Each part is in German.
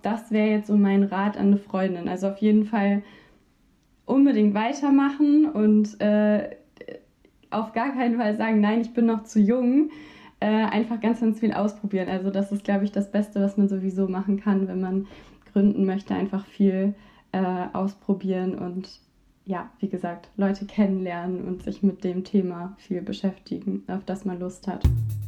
das wäre jetzt so mein Rat an eine Freundin. Also auf jeden Fall unbedingt weitermachen und auf gar keinen Fall sagen, nein, ich bin noch zu jung. Einfach ganz, ganz viel ausprobieren. Also das ist, glaube ich, das Beste, was man sowieso machen kann, wenn man gründen möchte. Einfach viel ausprobieren und ja, wie gesagt, Leute kennenlernen und sich mit dem Thema viel beschäftigen, auf das man Lust hat.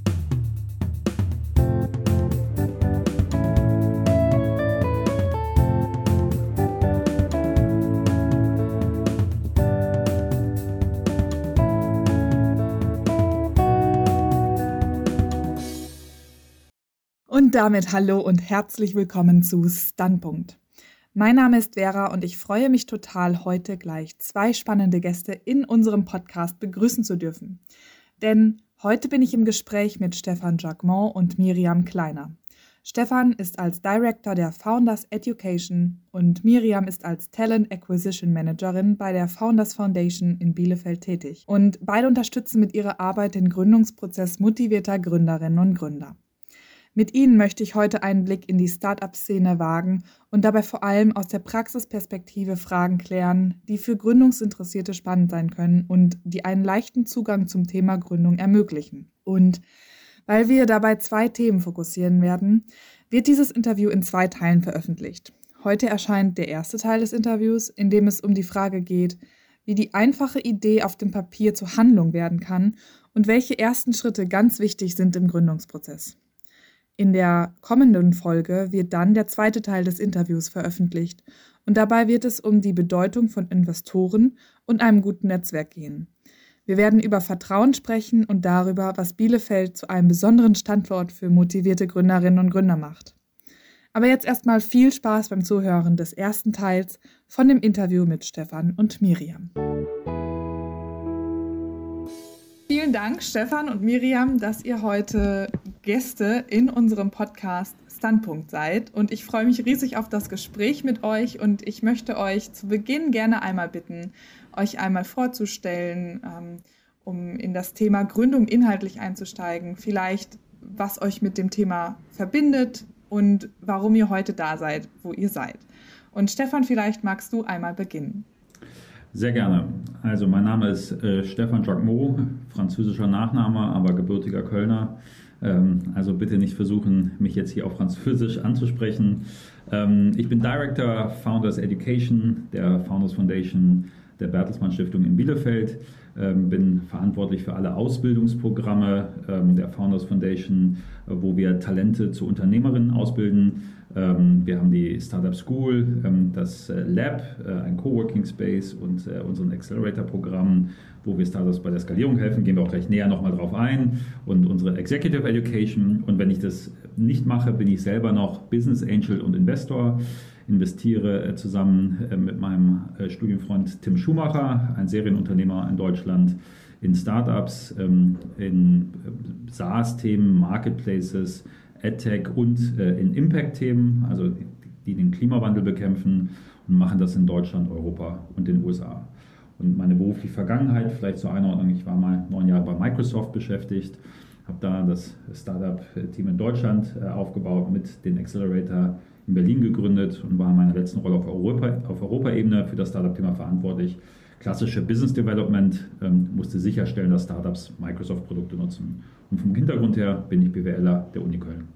Und damit hallo und herzlich willkommen zu Standpunkt. Mein Name ist Vera und ich freue mich total, heute gleich 2 spannende Gäste in unserem Podcast begrüßen zu dürfen. Denn heute bin ich im Gespräch mit Stefan Jacquemont und Miriam Kleiner. Stefan ist als Director der Founders Education und Miriam ist als Talent Acquisition Managerin bei der Founders Foundation in Bielefeld tätig. Und beide unterstützen mit ihrer Arbeit den Gründungsprozess motivierter Gründerinnen und Gründer. Mit Ihnen möchte ich heute einen Blick in die Start-up-Szene wagen und dabei vor allem aus der Praxisperspektive Fragen klären, die für Gründungsinteressierte spannend sein können und die einen leichten Zugang zum Thema Gründung ermöglichen. Und weil wir dabei 2 Themen fokussieren werden, wird dieses Interview in 2 Teilen veröffentlicht. Heute erscheint der erste Teil des Interviews, in dem es um die Frage geht, wie die einfache Idee auf dem Papier zur Handlung werden kann und welche ersten Schritte ganz wichtig sind im Gründungsprozess. In der kommenden Folge wird dann der zweite Teil des Interviews veröffentlicht und dabei wird es um die Bedeutung von Investoren und einem guten Netzwerk gehen. Wir werden über Vertrauen sprechen und darüber, was Bielefeld zu einem besonderen Standort für motivierte Gründerinnen und Gründer macht. Aber jetzt erstmal viel Spaß beim Zuhören des ersten Teils von dem Interview mit Stefan und Miriam. Vielen Dank, Stefan und Miriam, dass ihr heute Gäste in unserem Podcast Standpunkt seid. Und ich freue mich riesig auf das Gespräch mit euch. Und ich möchte euch zu Beginn gerne einmal bitten, euch einmal vorzustellen, um in das Thema Gründung inhaltlich einzusteigen. Vielleicht, was euch mit dem Thema verbindet und warum ihr heute da seid, wo ihr seid. Und Stefan, vielleicht magst du einmal beginnen. Sehr gerne. Also mein Name ist Stefan Jacquemont, französischer Nachname, aber gebürtiger Kölner. Also bitte nicht versuchen, mich jetzt hier auf Französisch anzusprechen. Ich bin Director Founders Education der Founders Foundation der Bertelsmann Stiftung in Bielefeld. Bin verantwortlich für alle Ausbildungsprogramme der Founders Foundation, wo wir Talente zu Unternehmerinnen ausbilden. Wir haben die Startup School, das Lab, ein Coworking Space und unseren Accelerator-Programm, wo wir Startups bei der Skalierung helfen. Gehen wir auch gleich näher nochmal drauf ein. Und unsere Executive Education. Und wenn ich das nicht mache, bin ich selber noch Business Angel und Investor. Investiere zusammen mit meinem Studienfreund Tim Schumacher, ein Serienunternehmer in Deutschland, in Startups, in SaaS-Themen, Marketplaces, EdTech und in Impact-Themen, also die den Klimawandel bekämpfen, und machen das in Deutschland, Europa und den USA. Und meine berufliche Vergangenheit, vielleicht zur Einordnung, ich war mal 9 Jahre bei Microsoft beschäftigt, habe da das Startup-Team in Deutschland aufgebaut, mit den Accelerator in Berlin gegründet und war in meiner letzten Rolle auf Europaebene für das Startup-Thema verantwortlich. Klassische Business Development, musste sicherstellen, dass Startups Microsoft-Produkte nutzen. Und vom Hintergrund her bin ich BWLer der Uni Köln.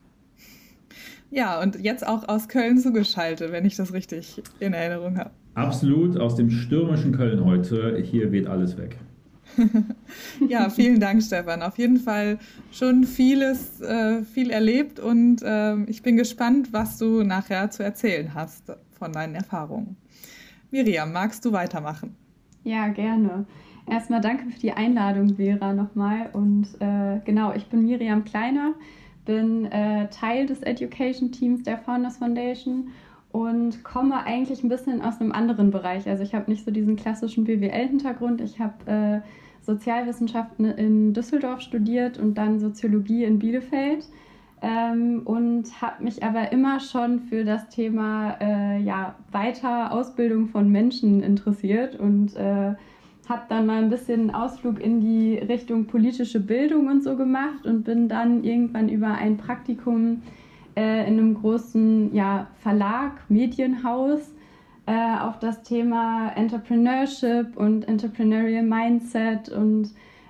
Ja, und jetzt auch aus Köln zugeschaltet, wenn ich das richtig in Erinnerung habe. Absolut, aus dem stürmischen Köln heute. Hier weht alles weg. Ja, vielen Dank, Stefan. Auf jeden Fall schon viel erlebt und ich bin gespannt, was du nachher zu erzählen hast von deinen Erfahrungen. Miriam, magst du weitermachen? Ja, gerne. Erstmal danke für die Einladung, Vera, nochmal. Und genau, ich bin Miriam Kleiner, bin Teil des Education-Teams der Founders Foundation und komme eigentlich ein bisschen aus einem anderen Bereich. Also ich habe nicht so diesen klassischen BWL-Hintergrund. Ich habe Sozialwissenschaften in Düsseldorf studiert und dann Soziologie in Bielefeld und habe mich aber immer schon für das Thema weiter Ausbildung von Menschen interessiert und habe dann mal ein bisschen einen Ausflug in die Richtung politische Bildung und so gemacht und bin dann irgendwann über ein Praktikum in einem großen Verlag, Medienhaus, auf das Thema Entrepreneurship und Entrepreneurial Mindset und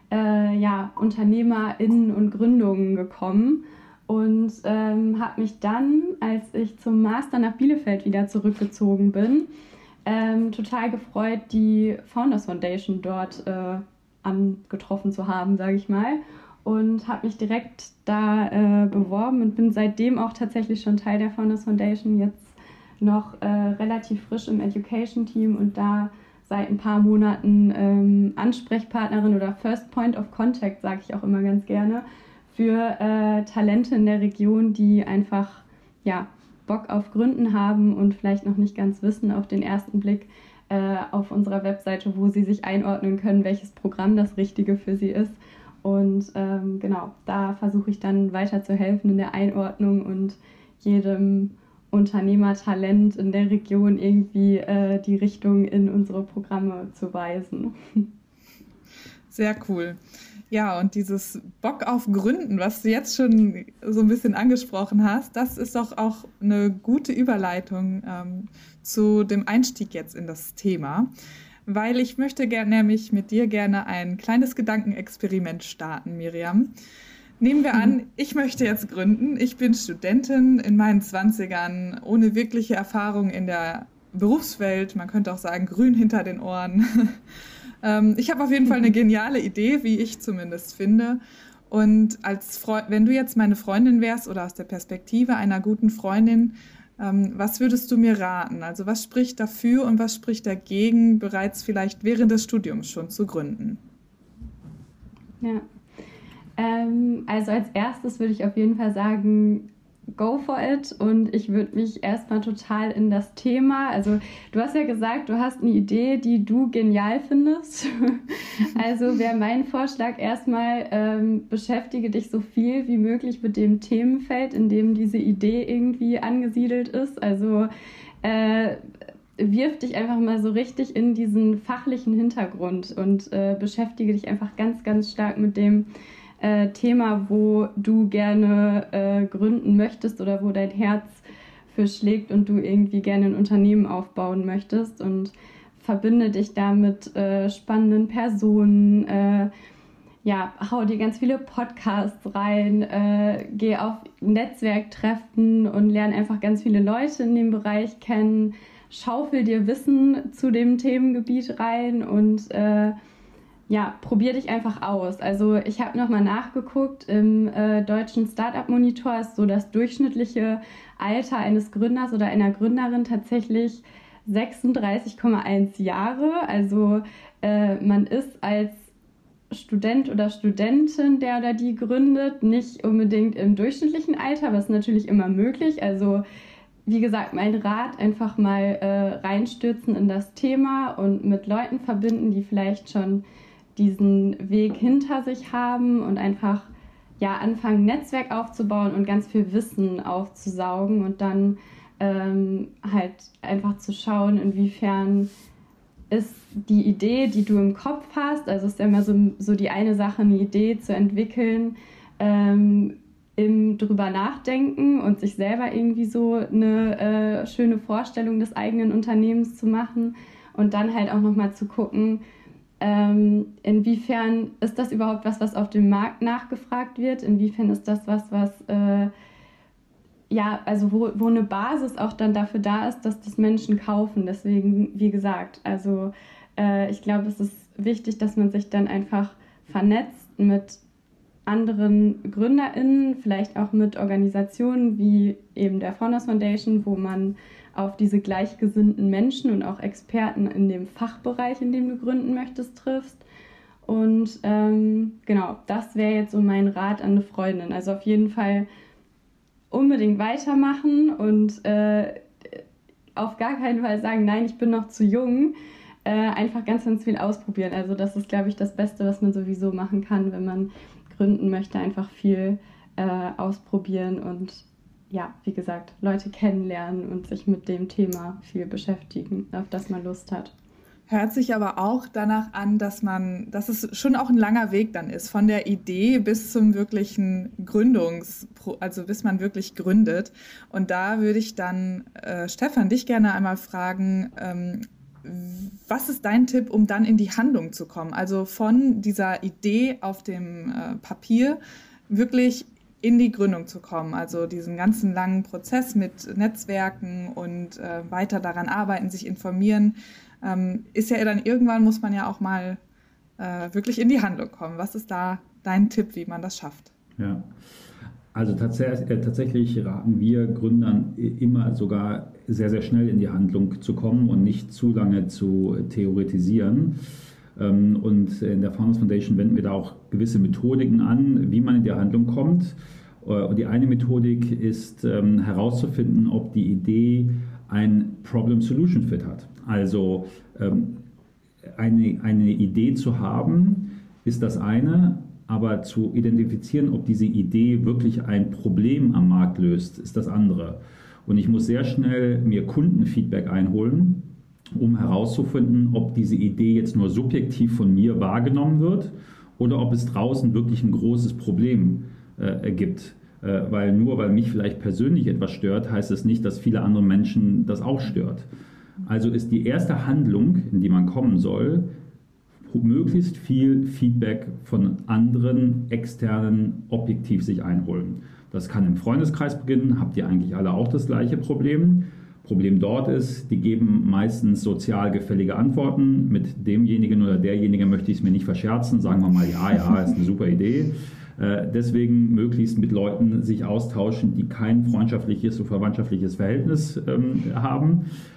UnternehmerInnen und Gründungen gekommen und habe mich dann, als ich zum Master nach Bielefeld wieder zurückgezogen bin, total gefreut, die Founders Foundation dort angetroffen zu haben, sage ich mal. Und habe mich direkt da beworben und bin seitdem auch tatsächlich schon Teil der Founders Foundation, jetzt noch relativ frisch im Education-Team und da seit ein paar Monaten Ansprechpartnerin oder First Point of Contact, sage ich auch immer ganz gerne, für Talente in der Region, die einfach Bock auf Gründen haben und vielleicht noch nicht ganz wissen auf den ersten Blick auf unserer Webseite, wo sie sich einordnen können, welches Programm das Richtige für sie ist. Und da versuche ich dann weiter zu helfen in der Einordnung und jedem Unternehmertalent in der Region irgendwie die Richtung in unsere Programme zu weisen. Sehr cool. Ja, und dieses Bock auf Gründen, was du jetzt schon so ein bisschen angesprochen hast, das ist doch auch eine gute Überleitung zu dem Einstieg jetzt in das Thema, weil ich möchte nämlich mit dir gerne ein kleines Gedankenexperiment starten, Miriam. Nehmen wir an, ich möchte jetzt gründen. Ich bin Studentin in meinen 20ern, ohne wirkliche Erfahrung in der Berufswelt. Man könnte auch sagen, grün hinter den Ohren. Ich habe auf jeden Fall eine geniale Idee, wie ich zumindest finde. Und wenn du jetzt meine Freundin wärst oder aus der Perspektive einer guten Freundin, was würdest du mir raten? Also was spricht dafür und was spricht dagegen, bereits vielleicht während des Studiums schon zu gründen? Ja. Also als erstes würde ich auf jeden Fall sagen, go for it, und ich würde mich erstmal total in das Thema, also du hast ja gesagt, du hast eine Idee, die du genial findest, also wäre mein Vorschlag erstmal, beschäftige dich so viel wie möglich mit dem Themenfeld, in dem diese Idee irgendwie angesiedelt ist, also wirf dich einfach mal so richtig in diesen fachlichen Hintergrund und beschäftige dich einfach ganz, ganz stark mit dem Thema, wo du gerne gründen möchtest oder wo dein Herz für schlägt und du irgendwie gerne ein Unternehmen aufbauen möchtest, und verbinde dich da mit spannenden Personen, hau dir ganz viele Podcasts rein, geh auf Netzwerktreffen und lerne einfach ganz viele Leute in dem Bereich kennen, schaufel dir Wissen zu dem Themengebiet rein und probier dich einfach aus. Also ich habe nochmal nachgeguckt, im deutschen Startup-Monitor ist so das durchschnittliche Alter eines Gründers oder einer Gründerin tatsächlich 36,1 Jahre. Also man ist als Student oder Studentin, der oder die gründet, nicht unbedingt im durchschnittlichen Alter, aber es ist natürlich immer möglich. Also wie gesagt, mein Rat, einfach mal reinstürzen in das Thema und mit Leuten verbinden, die vielleicht schon diesen Weg hinter sich haben und einfach anfangen, ein Netzwerk aufzubauen und ganz viel Wissen aufzusaugen und dann halt einfach zu schauen, inwiefern ist die Idee, die du im Kopf hast, also ist ja immer so die eine Sache, eine Idee zu entwickeln, im drüber nachdenken und sich selber irgendwie so eine schöne Vorstellung des eigenen Unternehmens zu machen und dann halt auch nochmal zu gucken, inwiefern ist das überhaupt was auf dem Markt nachgefragt wird, inwiefern ist das was also wo eine Basis auch dann dafür da ist, dass das Menschen kaufen. Deswegen, wie gesagt, also ich glaube, es ist wichtig, dass man sich dann einfach vernetzt mit anderen GründerInnen, vielleicht auch mit Organisationen wie eben der Founders Foundation, wo man auf diese gleichgesinnten Menschen und auch Experten in dem Fachbereich, in dem du gründen möchtest, triffst. Und das wäre jetzt so mein Rat an eine Freundin. Also auf jeden Fall unbedingt weitermachen und auf gar keinen Fall sagen, nein, ich bin noch zu jung. Einfach ganz, ganz viel ausprobieren. Also das ist, glaube ich, das Beste, was man sowieso machen kann, wenn man gründen möchte. Einfach viel ausprobieren und wie gesagt, Leute kennenlernen und sich mit dem Thema viel beschäftigen, auf das man Lust hat. Hört sich aber auch danach an, dass es schon auch ein langer Weg dann ist, von der Idee bis zum wirklichen also bis man wirklich gründet. Und da würde ich dann, Stefan, dich gerne einmal fragen, was ist dein Tipp, um dann in die Handlung zu kommen? Also von dieser Idee auf dem Papier wirklich in die Gründung zu kommen, also diesen ganzen langen Prozess mit Netzwerken und weiter daran arbeiten, sich informieren, ist ja dann irgendwann muss man ja auch mal wirklich in die Handlung kommen. Was ist da dein Tipp, wie man das schafft? Ja, also tatsächlich raten wir Gründern immer sogar sehr, sehr schnell in die Handlung zu kommen und nicht zu lange zu theoretisieren. Und in der Founders Foundation wenden wir da auch gewisse Methodiken an, wie man in die Handlung kommt. Und die eine Methodik ist herauszufinden, ob die Idee ein Problem-Solution-Fit hat. Also eine Idee zu haben, ist das eine, aber zu identifizieren, ob diese Idee wirklich ein Problem am Markt löst, ist das andere. Und ich muss sehr schnell mir Kundenfeedback einholen, um herauszufinden, ob diese Idee jetzt nur subjektiv von mir wahrgenommen wird oder ob es draußen wirklich ein großes Problem gibt. Weil mich vielleicht persönlich etwas stört, heißt es nicht, dass viele andere Menschen das auch stört. Also ist die erste Handlung, in die man kommen soll, möglichst viel Feedback von anderen externen objektiv sich einholen. Das kann im Freundeskreis beginnen, habt ihr eigentlich alle auch das gleiche Problem. Problem dort ist, die geben meistens sozial gefällige Antworten. Mit demjenigen oder derjenigen möchte ich es mir nicht verscherzen. Sagen wir mal, ja, ist eine super Idee. Deswegen möglichst mit Leuten sich austauschen, die kein freundschaftliches oder verwandtschaftliches Verhältnis haben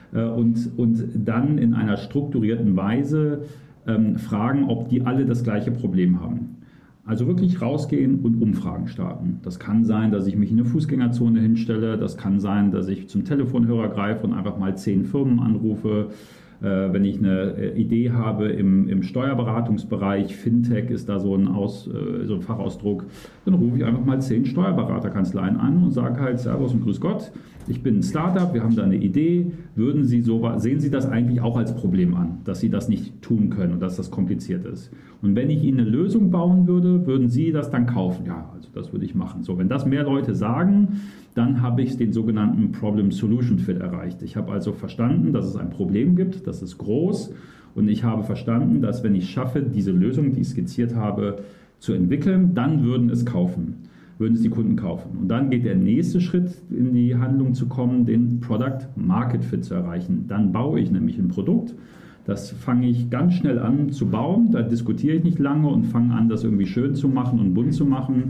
und dann in einer strukturierten Weise fragen, ob die alle das gleiche Problem haben. Also wirklich rausgehen und Umfragen starten. Das kann sein, dass ich mich in eine Fußgängerzone hinstelle. Das kann sein, dass ich zum Telefonhörer greife und einfach mal 10 Firmen anrufe. Wenn ich eine Idee habe im Steuerberatungsbereich, Fintech ist da so ein Fachausdruck, dann rufe ich einfach mal 10 Steuerberaterkanzleien an und sage halt, Servus und Grüß Gott, ich bin ein Startup, wir haben da eine Idee, sehen Sie das eigentlich auch als Problem an, dass Sie das nicht tun können und dass das kompliziert ist? Und wenn ich Ihnen eine Lösung bauen würde, würden Sie das dann kaufen? Ja, also das würde ich machen. So, wenn das mehr Leute sagen, dann habe ich den sogenannten Problem-Solution-Fit erreicht. Ich habe also verstanden, dass es ein Problem gibt, das ist groß und ich habe verstanden, dass wenn ich schaffe, diese Lösung, die ich skizziert habe, zu entwickeln, dann würden es die Kunden kaufen. Und dann geht der nächste Schritt, in die Handlung zu kommen, den Product-Market-Fit zu erreichen. Dann baue ich nämlich ein Produkt, das fange ich ganz schnell an zu bauen, da diskutiere ich nicht lange und fange an, das irgendwie schön zu machen und bunt zu machen.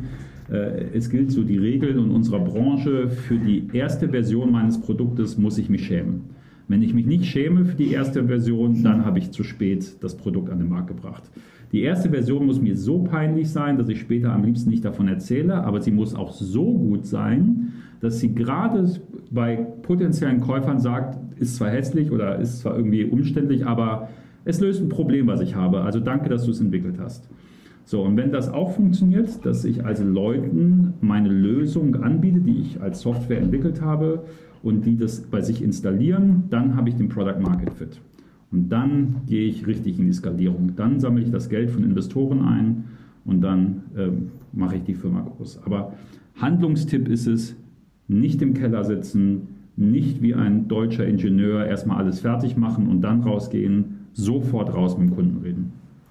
Es gilt so die Regel in unserer Branche, für die erste Version meines Produktes muss ich mich schämen. Wenn ich mich nicht schäme für die erste Version, dann habe ich zu spät das Produkt an den Markt gebracht. Die erste Version muss mir so peinlich sein, dass ich später am liebsten nicht davon erzähle, aber sie muss auch so gut sein, dass sie gerade bei potenziellen Käufern sagt, ist zwar hässlich oder ist zwar irgendwie umständlich, aber es löst ein Problem, was ich habe. Also danke, dass du es entwickelt hast. So, und wenn das auch funktioniert, dass ich also Leuten meine Lösung anbiete, die ich als Software entwickelt habe und die das bei sich installieren, dann habe ich den Product Market Fit. Und dann gehe ich richtig in die Skalierung. Dann sammle ich das Geld von Investoren ein und dann mache ich die Firma groß. Aber Handlungstipp ist es, nicht im Keller sitzen, nicht wie ein deutscher Ingenieur erstmal alles fertig machen und dann rausgehen, sofort raus mit dem Kunden reden.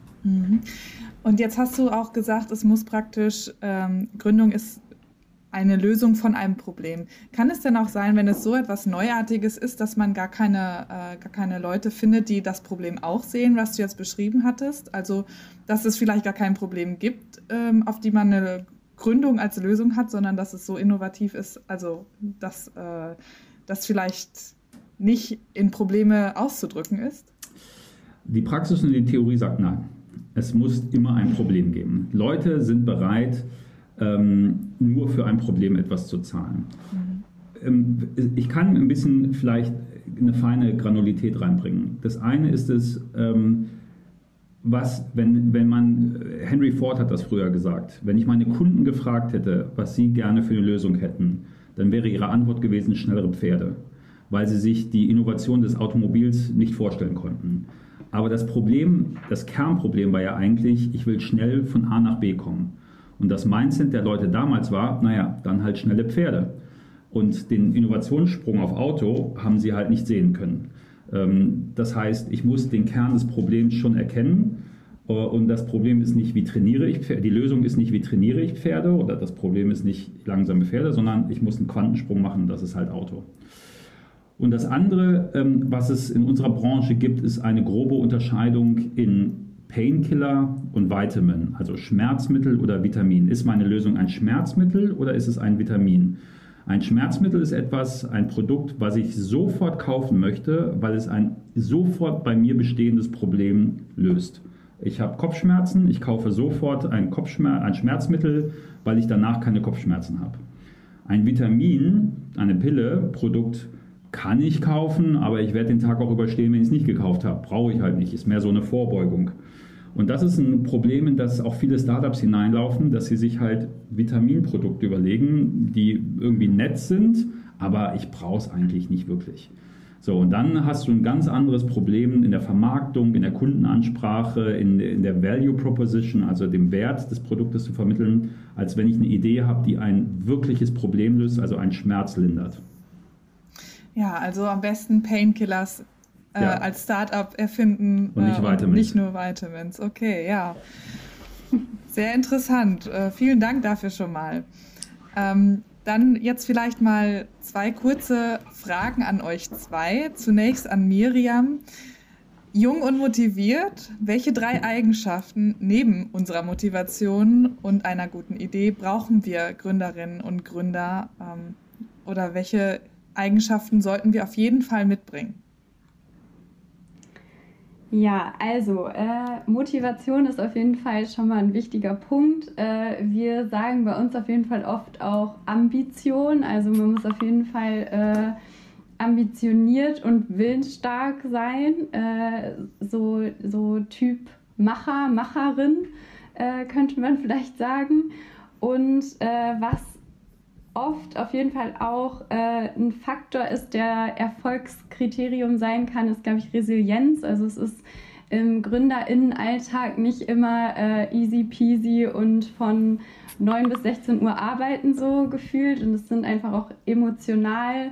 Und jetzt hast du auch gesagt, es muss praktisch, Gründung ist eine Lösung von einem Problem. Kann es denn auch sein, wenn es so etwas Neuartiges ist, dass man gar keine Leute findet, die das Problem auch sehen, was du jetzt beschrieben hattest? Also, dass es vielleicht gar kein Problem gibt, auf die man eine Gründung als Lösung hat, sondern dass es so innovativ ist, also dass das vielleicht nicht in Probleme auszudrücken ist? Die Praxis und die Theorie sagt nein. Es muss immer ein Problem geben. Leute sind bereit, nur für ein Problem etwas zu zahlen. Ich kann ein bisschen vielleicht eine feine Granulität reinbringen. Das eine ist es, wenn man, Henry Ford hat das früher gesagt, wenn ich meine Kunden gefragt hätte, was sie gerne für eine Lösung hätten, dann wäre ihre Antwort gewesen, schnellere Pferde, weil sie sich die Innovation des Automobils nicht vorstellen konnten. Aber das Kernproblem war ja eigentlich, ich will schnell von A nach B kommen. Und das Mindset der Leute damals war, naja, dann halt schnelle Pferde. Und den Innovationssprung auf Auto haben sie halt nicht sehen können. Das heißt, ich muss den Kern des Problems schon erkennen. Und das Problem ist nicht, wie trainiere ich Pferde. Die Lösung ist nicht, wie trainiere ich Pferde. Oder das Problem ist nicht langsame Pferde, sondern ich muss einen Quantensprung machen. Das ist halt Auto. Und das andere, was es in unserer Branche gibt, ist eine grobe Unterscheidung in Painkiller und Vitamin, also Schmerzmittel oder Vitamin. Ist meine Lösung ein Schmerzmittel oder ist es ein Vitamin? Ein Schmerzmittel ist ein Produkt, was ich sofort kaufen möchte, weil es ein sofort bei mir bestehendes Problem löst. Ich habe Kopfschmerzen, ich kaufe sofort ein Schmerzmittel, weil ich danach keine Kopfschmerzen habe. Ein Vitamin, eine Pille, Produkt kann ich kaufen, aber ich werde den Tag auch überstehen, wenn ich es nicht gekauft habe. Brauche ich halt nicht, ist mehr so eine Vorbeugung. Und das ist ein Problem, in das auch viele Startups hineinlaufen, dass sie sich halt Vitaminprodukte überlegen, die irgendwie nett sind, aber ich brauche es eigentlich nicht wirklich. So, und dann hast du ein ganz anderes Problem in der Vermarktung, in der Kundenansprache, in der Value Proposition, also dem Wert des Produktes zu vermitteln, als wenn ich eine Idee habe, die ein wirkliches Problem löst, also einen Schmerz lindert. Ja, also am besten Painkillers als Startup erfinden und nicht Vitamins. Und nicht nur Vitamins. Okay, ja. Sehr interessant. Vielen Dank dafür schon mal. Dann jetzt vielleicht mal 2 kurze Fragen an euch 2. Zunächst an Miriam. Jung und motiviert, welche 3 Eigenschaften neben unserer Motivation und einer guten Idee brauchen wir Gründerinnen und Gründer oder welche Eigenschaften sollten wir auf jeden Fall mitbringen? Ja, also Motivation ist auf jeden Fall schon mal ein wichtiger Punkt. Wir sagen bei uns auf jeden Fall oft auch Ambition. Also man muss auf jeden Fall ambitioniert und willensstark sein. So Typ Macher, Macherin könnte man vielleicht sagen. Und was oft auf jeden Fall auch ein Faktor ist, der Erfolgskriterium sein kann, ist, glaube ich, Resilienz. Also es ist im GründerInnen-Alltag nicht immer easy peasy und von 9 bis 16 Uhr arbeiten so gefühlt. Und es sind einfach auch emotional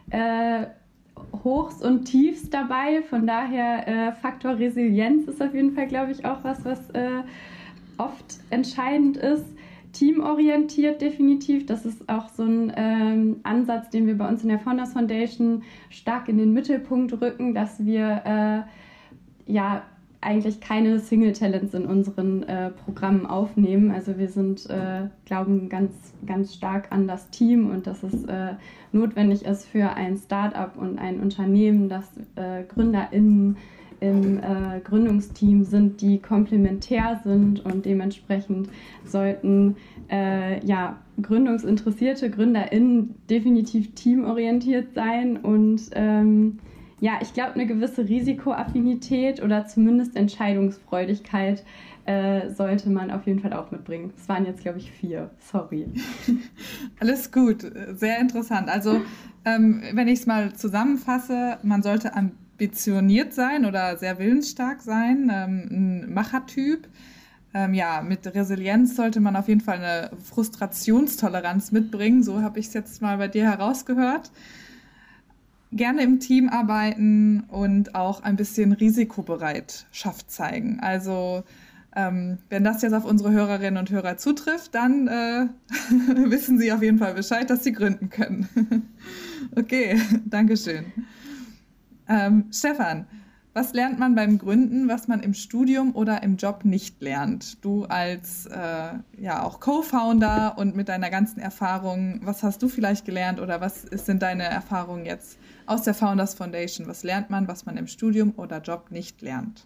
Hochs und Tiefs dabei. Von daher Faktor Resilienz ist auf jeden Fall, glaube ich, auch was oft entscheidend ist. Teamorientiert definitiv, das ist auch so ein Ansatz, den wir bei uns in der Founders Foundation stark in den Mittelpunkt rücken, dass wir eigentlich keine Single-Talents in unseren Programmen aufnehmen. Also wir glauben ganz, ganz stark an das Team und dass es notwendig ist für ein Start-up und ein Unternehmen, dass GründerInnen im Gründungsteam sind, die komplementär sind und dementsprechend sollten gründungsinteressierte GründerInnen definitiv teamorientiert sein und ich glaube, eine gewisse Risikoaffinität oder zumindest Entscheidungsfreudigkeit sollte man auf jeden Fall auch mitbringen. Das waren jetzt, glaube ich, 4. Sorry. Alles gut, sehr interessant. Also wenn ich es mal zusammenfasse, man sollte ambitioniert sein oder sehr willensstark sein, ein Machertyp. Mit Resilienz sollte man auf jeden Fall eine Frustrationstoleranz mitbringen. So habe ich es jetzt mal bei dir herausgehört. Gerne im Team arbeiten und auch ein bisschen Risikobereitschaft zeigen. Also wenn das jetzt auf unsere Hörerinnen und Hörer zutrifft, dann wissen sie auf jeden Fall Bescheid, dass sie gründen können. Okay, Dankeschön. Stefan, was lernt man beim Gründen, was man im Studium oder im Job nicht lernt? Du als auch Co-Founder und mit deiner ganzen Erfahrung, was hast du vielleicht gelernt oder was sind deine Erfahrungen jetzt aus der Founders Foundation? Was lernt man, was man im Studium oder Job nicht lernt?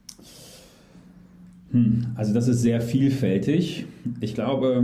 Also das ist sehr vielfältig. Ich glaube,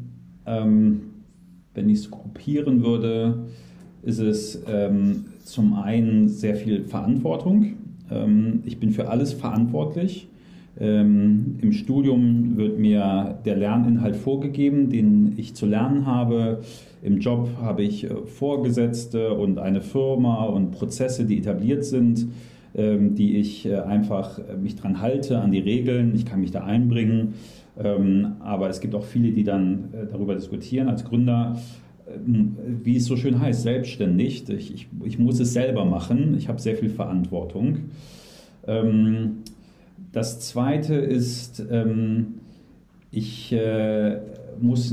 wenn ich es gruppieren würde, ist es zum einen sehr viel Verantwortung. Ich bin für alles verantwortlich. Im Studium wird mir der Lerninhalt vorgegeben, den ich zu lernen habe. Im Job habe ich Vorgesetzte und eine Firma und Prozesse, die etabliert sind. die ich einfach mich dran halte, an die Regeln. Ich kann mich da einbringen. Aber es gibt auch viele, die dann darüber diskutieren als Gründer, wie es so schön heißt, selbstständig. Ich muss es selber machen. Ich habe sehr viel Verantwortung. Das Zweite ist, ich muss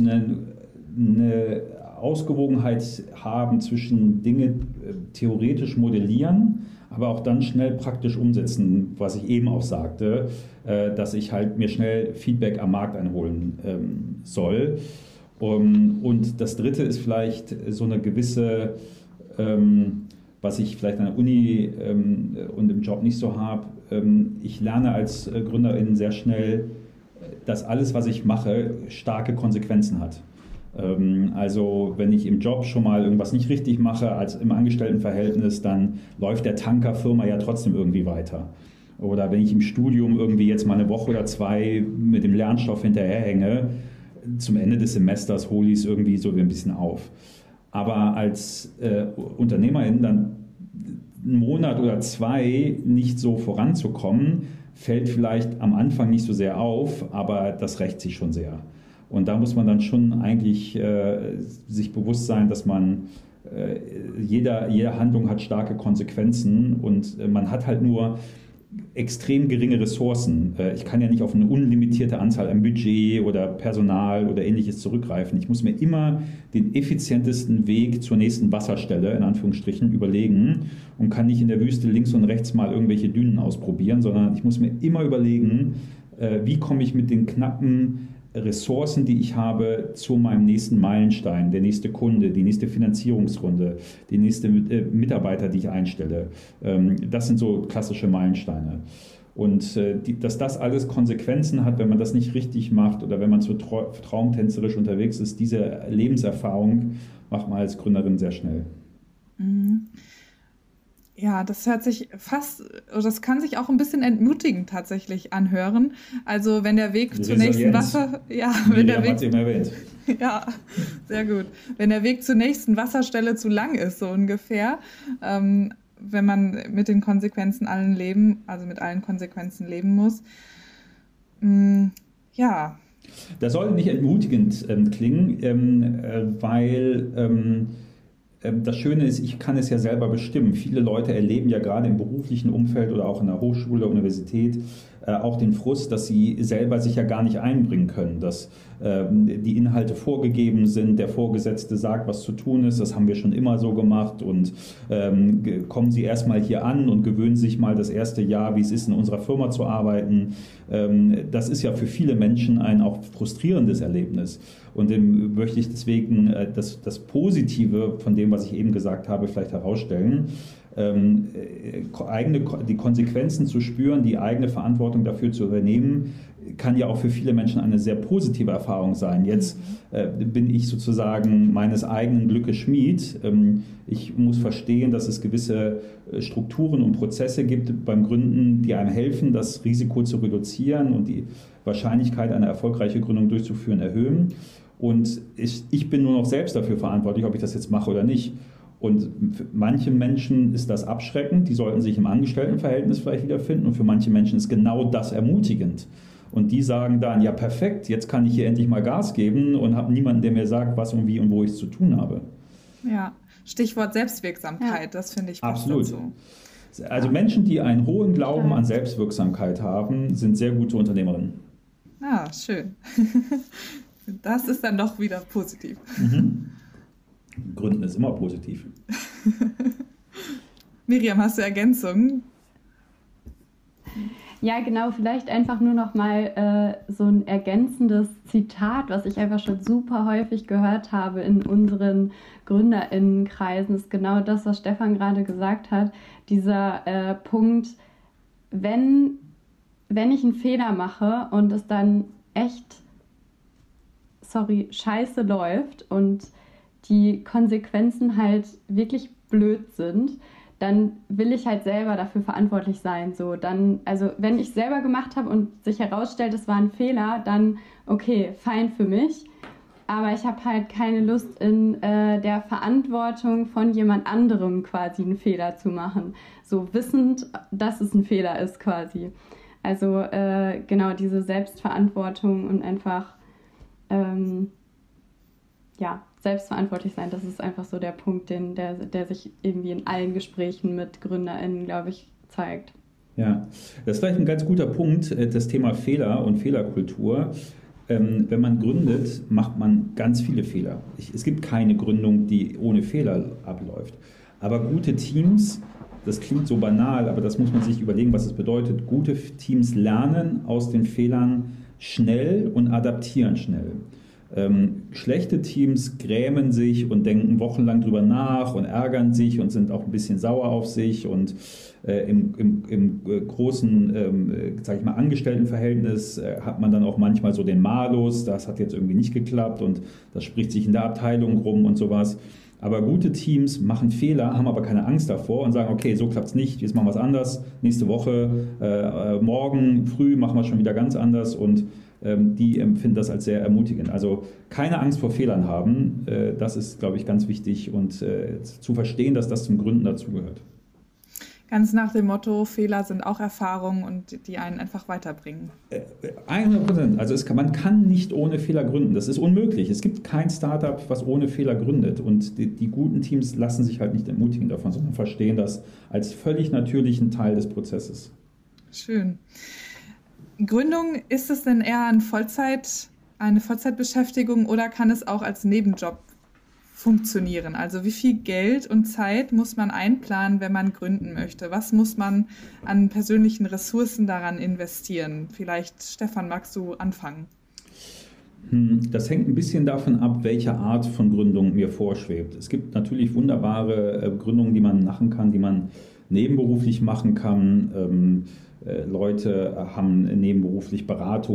eine Ausgewogenheit haben zwischen Dinge theoretisch modellieren, aber auch dann schnell praktisch umsetzen, was ich eben auch sagte, dass ich halt mir schnell Feedback am Markt einholen soll. Und das Dritte ist vielleicht so eine gewisse, was ich vielleicht an der Uni und im Job nicht so habe, ich lerne als Gründerin sehr schnell, dass alles, was ich mache, starke Konsequenzen hat. Also wenn ich im Job schon mal irgendwas nicht richtig mache als im Angestelltenverhältnis, dann läuft der Tankerfirma ja trotzdem irgendwie weiter. Oder wenn ich im Studium irgendwie jetzt mal eine Woche oder zwei mit dem Lernstoff hinterherhänge, zum Ende des Semesters hole ich es irgendwie so ein bisschen auf. Aber als Unternehmerin dann einen Monat oder zwei nicht so voranzukommen, fällt vielleicht am Anfang nicht so sehr auf, aber das rächt sich schon sehr. Und da muss man dann schon eigentlich sich bewusst sein, dass man jede Handlung hat starke Konsequenzen und man hat halt nur extrem geringe Ressourcen. Ich kann ja nicht auf eine unlimitierte Anzahl an Budget oder Personal oder Ähnliches zurückgreifen. Ich muss mir immer den effizientesten Weg zur nächsten Wasserstelle, in Anführungsstrichen, überlegen und kann nicht in der Wüste links und rechts mal irgendwelche Dünen ausprobieren, sondern ich muss mir immer überlegen, wie komme ich mit den knappen Ressourcen, die ich habe, zu meinem nächsten Meilenstein, der nächste Kunde, die nächste Finanzierungsrunde, die nächste Mitarbeiter, die ich einstelle. Das sind so klassische Meilensteine. Und dass das alles Konsequenzen hat, wenn man das nicht richtig macht oder wenn man zu traumtänzerisch unterwegs ist, diese Lebenserfahrung macht man als Gründerin sehr schnell. Mhm. Ja, das hört sich fast, oder das kann sich auch ein bisschen entmutigend tatsächlich anhören. Also wenn der Weg zur nächsten ja, sehr gut. Wenn der Weg zur nächsten Wasserstelle zu lang ist, so ungefähr, wenn man mit den Konsequenzen mit allen Konsequenzen leben muss. Ja. Das soll nicht entmutigend klingen, weil das Schöne ist, ich kann es ja selber bestimmen. Viele Leute erleben ja gerade im beruflichen Umfeld oder auch in der Hochschule, Universität auch den Frust, dass sie selber sich ja gar nicht einbringen können, dass die Inhalte vorgegeben sind, der Vorgesetzte sagt, was zu tun ist, das haben wir schon immer so gemacht und kommen Sie erstmal hier an und gewöhnen sich mal das erste Jahr, wie es ist, in unserer Firma zu arbeiten. Das ist ja für viele Menschen ein auch frustrierendes Erlebnis. Und dem möchte ich deswegen das Positive von dem, was ich eben gesagt habe, vielleicht herausstellen. Die Konsequenzen zu spüren, die eigene Verantwortung dafür zu übernehmen, kann ja auch für viele Menschen eine sehr positive Erfahrung sein. Jetzt bin ich sozusagen meines eigenen Glückes Schmied. Ich muss verstehen, dass es gewisse Strukturen und Prozesse gibt beim Gründen, die einem helfen, das Risiko zu reduzieren und die Wahrscheinlichkeit, eine erfolgreiche Gründung durchzuführen, erhöhen. Und ich bin nur noch selbst dafür verantwortlich, ob ich das jetzt mache oder nicht. Und für manche Menschen ist das abschreckend, die sollten sich im Angestelltenverhältnis vielleicht wiederfinden. Und für manche Menschen ist genau das ermutigend. Und die sagen dann, ja perfekt, jetzt kann ich hier endlich mal Gas geben und habe niemanden, der mir sagt, was und wie und wo ich es zu tun habe. Ja, Stichwort Selbstwirksamkeit, das finde ich absolut so. Also Menschen, die einen hohen Glauben an Selbstwirksamkeit haben, sind sehr gute Unternehmerinnen. Ah, schön. Das ist dann doch wieder positiv. Mhm. Gründen ist immer positiv. Miriam, hast du Ergänzungen? Ja, genau, vielleicht einfach nur noch mal so ein ergänzendes Zitat, was ich einfach schon super häufig gehört habe in unseren GründerInnenkreisen, ist genau das, was Stefan gerade gesagt hat. Dieser Punkt, wenn ich einen Fehler mache und es dann echt, scheiße läuft und die Konsequenzen halt wirklich blöd sind, dann will ich halt selber dafür verantwortlich sein. So, dann, also wenn ich es selber gemacht habe und sich herausstellt, es war ein Fehler, dann okay, fein für mich. aber ich habe halt keine Lust, in der Verantwortung von jemand anderem quasi einen Fehler zu machen. So wissend, dass es ein Fehler ist quasi. Also genau diese Selbstverantwortung und einfach selbstverantwortlich sein, das ist einfach so der Punkt, der sich irgendwie in allen Gesprächen mit GründerInnen, glaube ich, zeigt. Ja, das ist vielleicht ein ganz guter Punkt, das Thema Fehler und Fehlerkultur. Wenn man gründet, macht man ganz viele Fehler. Es gibt keine Gründung, die ohne Fehler abläuft. Aber gute Teams, das klingt so banal, aber das muss man sich überlegen, was es bedeutet. Gute Teams lernen aus den Fehlern schnell und adaptieren schnell. Schlechte Teams grämen sich und denken wochenlang drüber nach und ärgern sich und sind auch ein bisschen sauer auf sich und im großen, sag ich mal, Angestelltenverhältnis hat man dann auch manchmal so den Malus, das hat jetzt irgendwie nicht geklappt und das spricht sich in der Abteilung rum und sowas. Aber gute Teams machen Fehler, haben aber keine Angst davor und sagen, okay, so klappt es nicht, jetzt machen wir es anders, nächste Woche, morgen früh machen wir es schon wieder ganz anders und die empfinden das als sehr ermutigend. Also keine Angst vor Fehlern haben, das ist, glaube ich, ganz wichtig und zu verstehen, dass das zum Gründen dazugehört. Ganz nach dem Motto, Fehler sind auch Erfahrungen und die einen einfach weiterbringen. 100%. Also man kann nicht ohne Fehler gründen. Das ist unmöglich. Es gibt kein Startup, was ohne Fehler gründet. Und die guten Teams lassen sich halt nicht ermutigen davon, sondern verstehen das als völlig natürlichen Teil des Prozesses. Schön. Gründung, ist es denn eher eine Vollzeitbeschäftigung oder kann es auch als Nebenjob funktionieren? Also wie viel Geld und Zeit muss man einplanen, wenn man gründen möchte? Was muss man an persönlichen Ressourcen daran investieren? Vielleicht, Stefan, magst du anfangen? Das hängt ein bisschen davon ab, welche Art von Gründung mir vorschwebt. Es gibt natürlich wunderbare Gründungen, die man machen kann, die man nebenberuflich machen kann. Leute haben nebenberuflich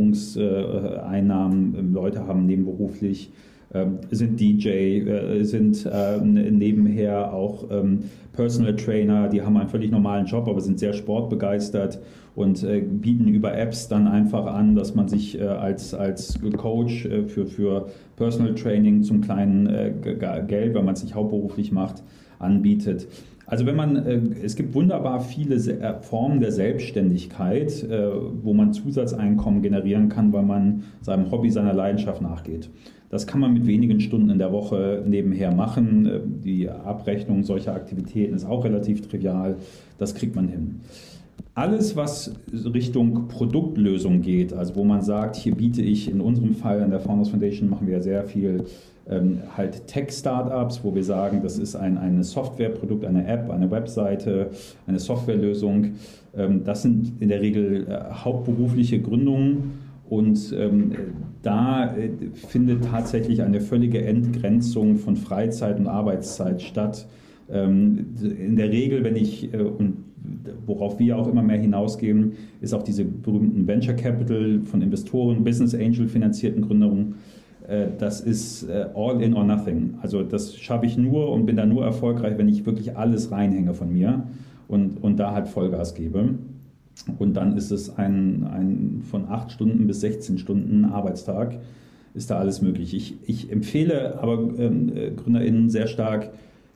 Beratungseinnahmen, Leute haben nebenberuflich sind DJ, sind nebenher auch Personal Trainer, die haben einen völlig normalen Job, aber sind sehr sportbegeistert und bieten über Apps dann einfach an, dass man sich als Coach für Personal Training zum kleinen Geld, wenn man es nicht hauptberuflich macht, anbietet. Also es gibt wunderbar viele Formen der Selbstständigkeit, wo man Zusatzeinkommen generieren kann, weil man seinem Hobby, seiner Leidenschaft nachgeht. Das kann man mit wenigen Stunden in der Woche nebenher machen. Die Abrechnung solcher Aktivitäten ist auch relativ trivial. Das kriegt man hin. Alles, was Richtung Produktlösung geht, also wo man sagt, hier biete ich in unserem Fall an der Founders Foundation machen wir ja sehr viel halt Tech-Startups, wo wir sagen, das ist ein Softwareprodukt, eine App, eine Webseite, eine Softwarelösung. Das sind in der Regel hauptberufliche Gründungen und da findet tatsächlich eine völlige Entgrenzung von Freizeit und Arbeitszeit statt. In der Regel, und worauf wir auch immer mehr hinausgehen, ist auch diese berühmten Venture Capital von Investoren, Business Angel finanzierten Gründungen. Das ist all in or nothing. Also das schaffe ich nur und bin da nur erfolgreich, wenn ich wirklich alles reinhänge von mir und da halt Vollgas gebe. Und dann ist es ein von 8 Stunden bis 16 Stunden Arbeitstag, ist da alles möglich. Ich empfehle aber GründerInnen sehr stark,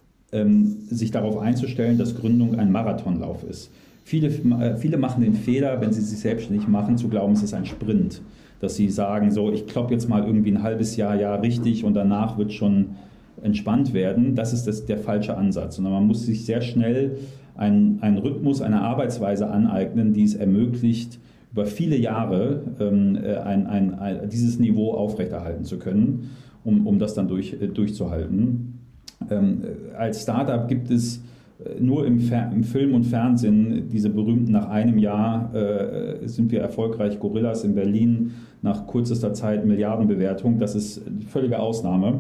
sich darauf einzustellen, dass Gründung ein Marathonlauf ist. Viele machen den Fehler, wenn sie sich selbstständig machen, zu glauben, es ist ein Sprint. Dass sie sagen, so, ich kloppe jetzt mal irgendwie ein halbes Jahr richtig und danach wird schon entspannt werden. Das ist der falsche Ansatz. Sondern man muss sich sehr schnell einen Rhythmus, eine Arbeitsweise aneignen, die es ermöglicht, über viele Jahre dieses Niveau aufrechterhalten zu können, um das dann durchzuhalten. Als Startup gibt es nur im Film und Fernsehen diese berühmten, nach einem Jahr sind wir erfolgreich, Gorillas in Berlin, nach kürzester Zeit Milliardenbewertung. Das ist die völlige Ausnahme.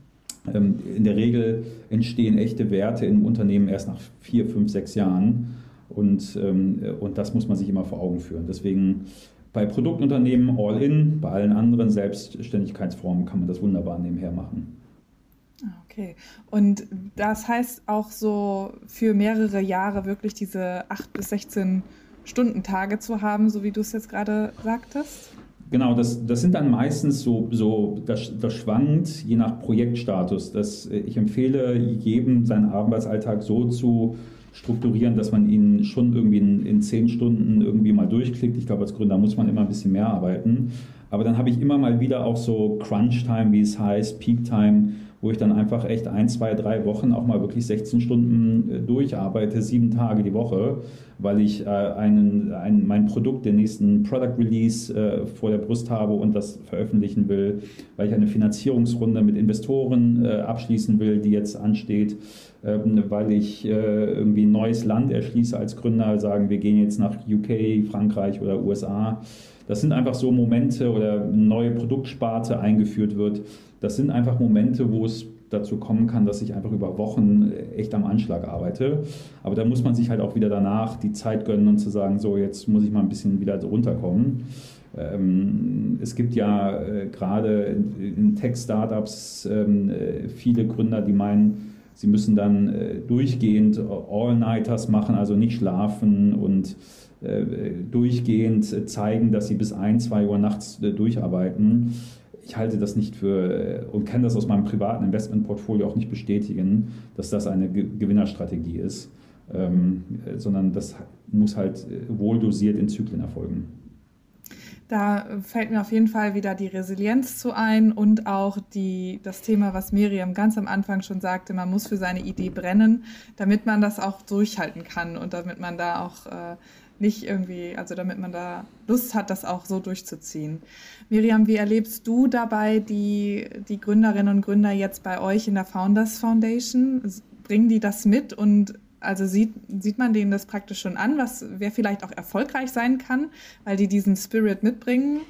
In der Regel entstehen echte Werte im Unternehmen erst nach 4, 5, 6 Jahren und das muss man sich immer vor Augen führen. Deswegen bei Produktunternehmen all in, bei allen anderen Selbstständigkeitsformen kann man das wunderbar nebenher machen. Okay, und das heißt auch so für mehrere Jahre wirklich diese 8 bis 16 Stunden Tage zu haben, so wie du es jetzt gerade sagtest? Genau, das sind dann meistens das schwankt je nach Projektstatus. Ich empfehle jedem, seinen Arbeitsalltag so zu strukturieren, dass man ihn schon irgendwie in 10 Stunden irgendwie mal durchklickt. Ich glaube, als Gründer muss man immer ein bisschen mehr arbeiten. Aber dann habe ich immer mal wieder auch so Crunch-Time, wie es heißt, Peak-Time, wo ich dann einfach echt 1, 2, 3 Wochen auch mal wirklich 16 Stunden durcharbeite, 7 Tage die Woche, weil ich mein Produkt, den nächsten Product Release vor der Brust habe und das veröffentlichen will, weil ich eine Finanzierungsrunde mit Investoren abschließen will, die jetzt ansteht, weil ich irgendwie ein neues Land erschließe als Gründer, sagen, wir gehen jetzt nach UK, Frankreich oder USA. Das sind einfach so Momente, oder eine neue Produktsparte eingeführt wird. Das sind einfach Momente, wo es dazu kommen kann, dass ich einfach über Wochen echt am Anschlag arbeite. Aber da muss man sich halt auch wieder danach die Zeit gönnen und zu sagen, so jetzt muss ich mal ein bisschen wieder runterkommen. Es gibt ja gerade in Tech-Startups viele Gründer, die meinen, sie müssen dann durchgehend All-Nighters machen, also nicht schlafen und durchgehend zeigen, dass sie bis 1, 2 Uhr nachts durcharbeiten. Ich halte das nicht für und kann das aus meinem privaten Investmentportfolio auch nicht bestätigen, dass das eine Gewinnerstrategie ist, sondern das muss halt wohl dosiert in Zyklen erfolgen. Da fällt mir auf jeden Fall wieder die Resilienz zu ein und auch das Thema, was Miriam ganz am Anfang schon sagte, man muss für seine Idee brennen, damit man das auch durchhalten kann und damit man da auch nicht irgendwie, also damit man da Lust hat, das auch so durchzuziehen. Miriam, wie erlebst du dabei die Gründerinnen und Gründer jetzt bei euch in der Founders Foundation? Bringen die das mit und also sieht man denen das praktisch schon an, wer vielleicht auch erfolgreich sein kann, weil die diesen Spirit mitbringen?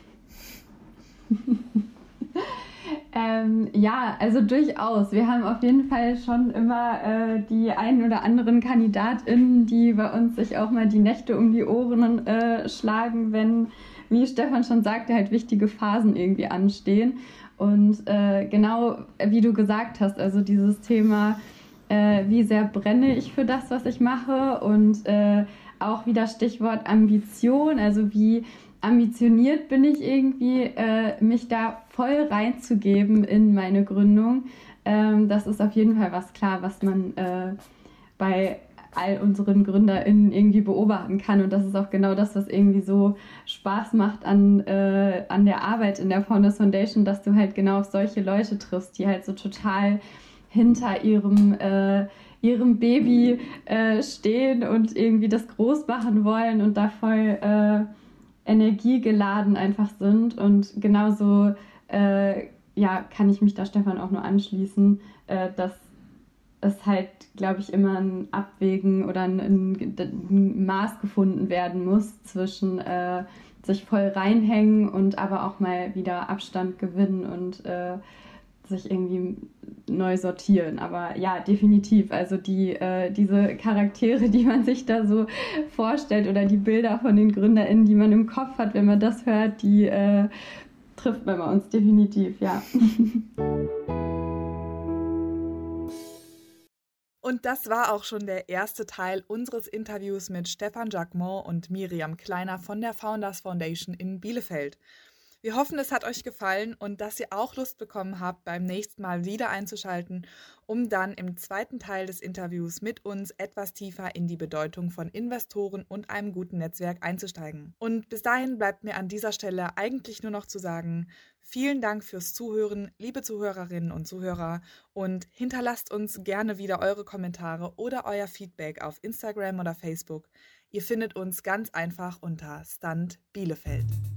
Ja, also durchaus. Wir haben auf jeden Fall schon immer die ein oder anderen KandidatInnen, die bei uns sich auch mal die Nächte um die Ohren schlagen, wenn, wie Stefan schon sagte, halt wichtige Phasen irgendwie anstehen. Und genau wie du gesagt hast, also dieses Thema, wie sehr brenne ich für das, was ich mache, und auch wieder Stichwort Ambition, also wie ambitioniert bin ich irgendwie, mich da voll reinzugeben in meine Gründung. Das ist auf jeden Fall was man bei all unseren GründerInnen irgendwie beobachten kann, und das ist auch genau das, was irgendwie so Spaß macht an der Arbeit in der Founders Foundation, dass du halt genau auf solche Leute triffst, die halt so total hinter ihrem Baby stehen und irgendwie das groß machen wollen und da voll energiegeladen einfach sind. Und genauso kann ich mich da Stefan auch nur anschließen, dass es halt, glaube ich, immer ein Abwägen oder ein Maß gefunden werden muss zwischen sich voll reinhängen und aber auch mal wieder Abstand gewinnen und sich irgendwie neu sortieren. Aber ja, definitiv. Also diese Charaktere, die man sich da so vorstellt, oder die Bilder von den GründerInnen, die man im Kopf hat, wenn man das hört, die trifft man bei uns definitiv, ja. Und das war auch schon der erste Teil unseres Interviews mit Stefan Jacquemont und Miriam Kleiner von der Founders Foundation in Bielefeld. Wir hoffen, es hat euch gefallen und dass ihr auch Lust bekommen habt, beim nächsten Mal wieder einzuschalten, um dann im zweiten Teil des Interviews mit uns etwas tiefer in die Bedeutung von Investoren und einem guten Netzwerk einzusteigen. Und bis dahin bleibt mir an dieser Stelle eigentlich nur noch zu sagen, vielen Dank fürs Zuhören, liebe Zuhörerinnen und Zuhörer, und hinterlasst uns gerne wieder eure Kommentare oder euer Feedback auf Instagram oder Facebook. Ihr findet uns ganz einfach unter Stunt Bielefeld.